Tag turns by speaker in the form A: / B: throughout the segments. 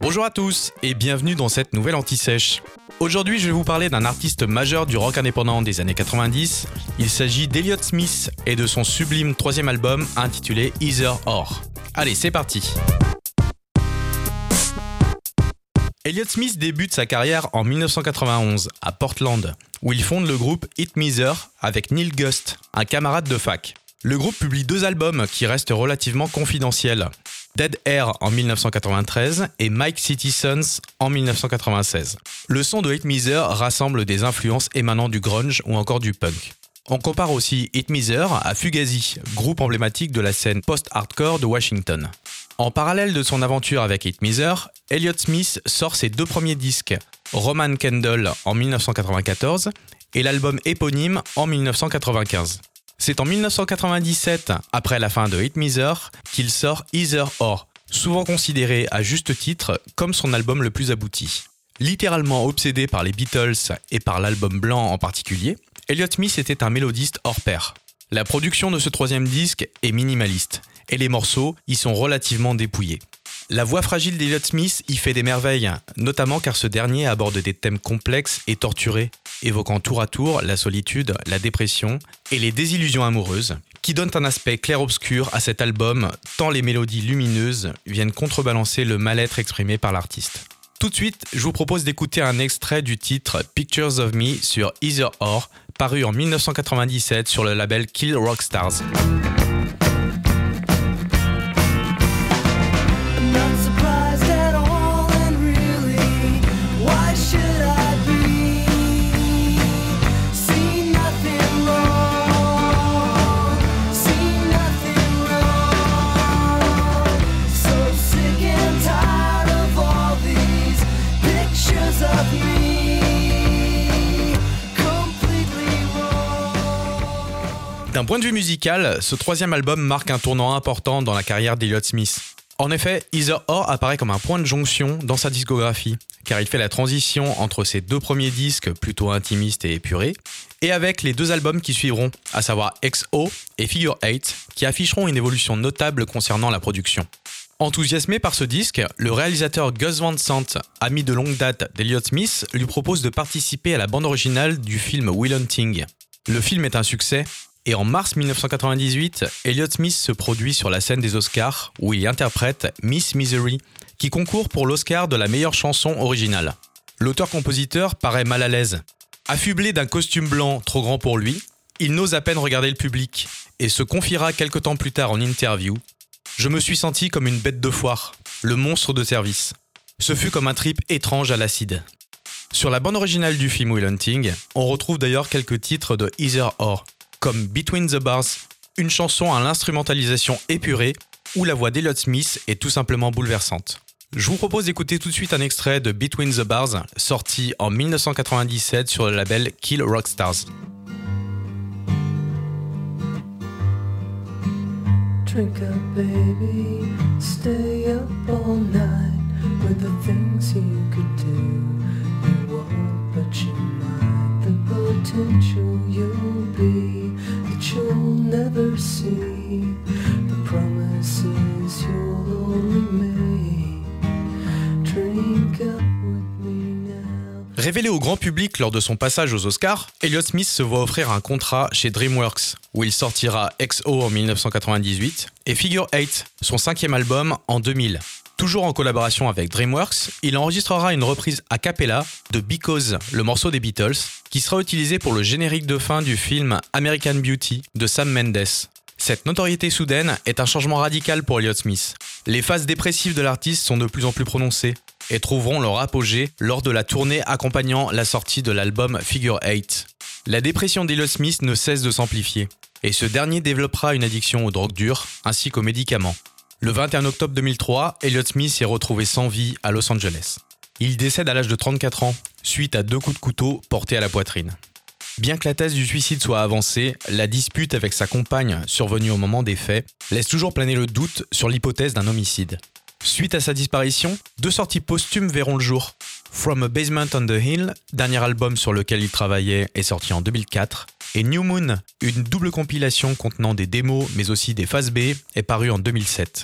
A: Bonjour à tous et bienvenue dans cette nouvelle anti-sèche. Aujourd'hui, je vais vous parler d'un artiste majeur du rock indépendant des années 90. Il s'agit d'Elliott Smith et de son sublime troisième album intitulé Either Or. Allez, c'est parti. Elliott Smith débute sa carrière en 1991 à Portland, où il fonde le groupe Hit Miser avec Neil Gust, un camarade de fac. Le groupe publie 2 albums qui restent relativement confidentiels. Dead Air en 1993 et Mike City Sons en 1996. Le son de Hit Miser rassemble des influences émanant du grunge ou encore du punk. On compare aussi Hit Miser à Fugazi, groupe emblématique de la scène post-hardcore de Washington. En parallèle de son aventure avec Hit Miser, Elliott Smith sort ses 2 premiers disques, Roman Candle en 1994 et l'album éponyme en 1995. C'est en 1997, après la fin de Hit Miser, qu'il sort Either Or, souvent considéré à juste titre comme son album le plus abouti. Littéralement obsédé par les Beatles et par l'album blanc en particulier, Elliott Smith était un mélodiste hors pair. La production de ce 3e disque est minimaliste, et les morceaux y sont relativement dépouillés. La voix fragile d'Elliott Smith y fait des merveilles, notamment car ce dernier aborde des thèmes complexes et torturés, évoquant tour à tour la solitude, la dépression et les désillusions amoureuses, qui donnent un aspect clair-obscur à cet album, tant les mélodies lumineuses viennent contrebalancer le mal-être exprimé par l'artiste. Tout de suite, je vous propose d'écouter un extrait du titre Pictures of Me sur Either Or, paru en 1997 sur le label Kill Rock Stars. D'un point de vue musical, ce 3e album marque un tournant important dans la carrière d'Elliott Smith. En effet, Either Or apparaît comme un point de jonction dans sa discographie, car il fait la transition entre ses 2 premiers disques plutôt intimistes et épurés, et avec les 2 albums qui suivront, à savoir XO et Figure 8, qui afficheront une évolution notable concernant la production. Enthousiasmé par ce disque, le réalisateur Gus Van Sant, ami de longue date d'Elliott Smith, lui propose de participer à la bande originale du film Will Hunting. Le film est un succès, et en mars 1998, Elliott Smith se produit sur la scène des Oscars où il interprète Miss Misery, qui concourt pour l'Oscar de la meilleure chanson originale. L'auteur-compositeur paraît mal à l'aise. Affublé d'un costume blanc trop grand pour lui, il n'ose à peine regarder le public et se confiera quelque temps plus tard en interview. « Je me suis senti comme une bête de foire, le monstre de service. Ce fut comme un trip étrange à l'acide. » Sur la bande originale du film Will Hunting, on retrouve d'ailleurs quelques titres de Either Or, comme Between the Bars, une chanson à l'instrumentalisation épurée où la voix d'Elliott Smith est tout simplement bouleversante. Je vous propose d'écouter tout de suite un extrait de Between the Bars, sorti en 1997 sur le label Kill Rock Stars.
B: Drink up, baby, stay up all night with the things you could do. You won't, but you might. The potential you'll be that you'll never see. The promises you'll only make. Drink up with me now.
A: Révélé au grand public lors de son passage aux Oscars, Elliott Smith se voit offrir un contrat chez DreamWorks, où il sortira XO en 1998 et Figure 8, son 5e album, en 2000. Toujours en collaboration avec DreamWorks, il enregistrera une reprise a cappella de Because, le morceau des Beatles, qui sera utilisé pour le générique de fin du film American Beauty de Sam Mendes. Cette notoriété soudaine est un changement radical pour Elliott Smith. Les phases dépressives de l'artiste sont de plus en plus prononcées et trouveront leur apogée lors de la tournée accompagnant la sortie de l'album Figure 8. La dépression d'Elliott Smith ne cesse de s'amplifier, et ce dernier développera une addiction aux drogues dures ainsi qu'aux médicaments. Le 21 octobre 2003, Elliott Smith est retrouvé sans vie à Los Angeles. Il décède à l'âge de 34 ans, suite à 2 coups de couteau portés à la poitrine. Bien que la thèse du suicide soit avancée, la dispute avec sa compagne, survenue au moment des faits, laisse toujours planer le doute sur l'hypothèse d'un homicide. Suite à sa disparition, 2 sorties posthumes verront le jour. From a Basement on the Hill, dernier album sur lequel il travaillait, est sorti en 2004, et New Moon, une double compilation contenant des démos mais aussi des phases B, est parue en 2007.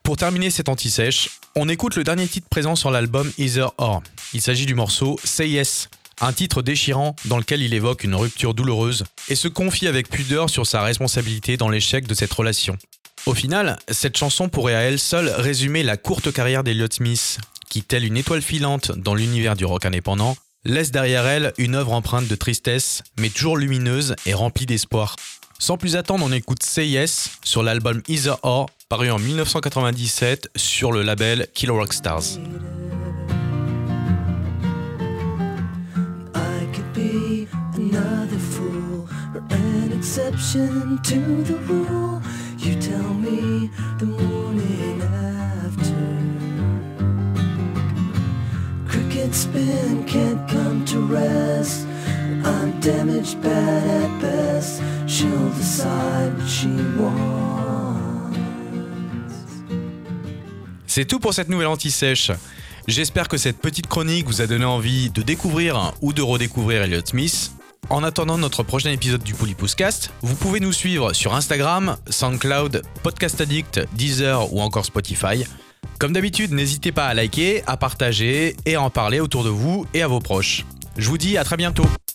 A: Pour terminer cette anti-sèche, on écoute le dernier titre présent sur l'album Either Or. Il s'agit du morceau Say Yes, un titre déchirant dans lequel il évoque une rupture douloureuse et se confie avec pudeur sur sa responsabilité dans l'échec de cette relation. Au final, cette chanson pourrait à elle seule résumer la courte carrière d'Elliott Smith, qui, telle une étoile filante dans l'univers du rock indépendant, laisse derrière elle une œuvre empreinte de tristesse, mais toujours lumineuse et remplie d'espoir. Sans plus attendre, on écoute Say Yes sur l'album Either Or, paru en 1997 sur le label Kill Rock Stars.
B: I could be another fool or an exception to the rule. You tell me the morning after. Cricket spin can't come to rest. I'm damaged bad at best. She'll decide what she wants.
A: C'est tout pour cette nouvelle anti-sèche. J'espère que cette petite chronique vous a donné envie de découvrir ou de redécouvrir Elliott Smith. En attendant notre prochain épisode du Polypouscast, vous pouvez nous suivre sur Instagram, SoundCloud, Podcast Addict, Deezer ou encore Spotify. Comme d'habitude, n'hésitez pas à liker, à partager et à en parler autour de vous et à vos proches. Je vous dis à très bientôt.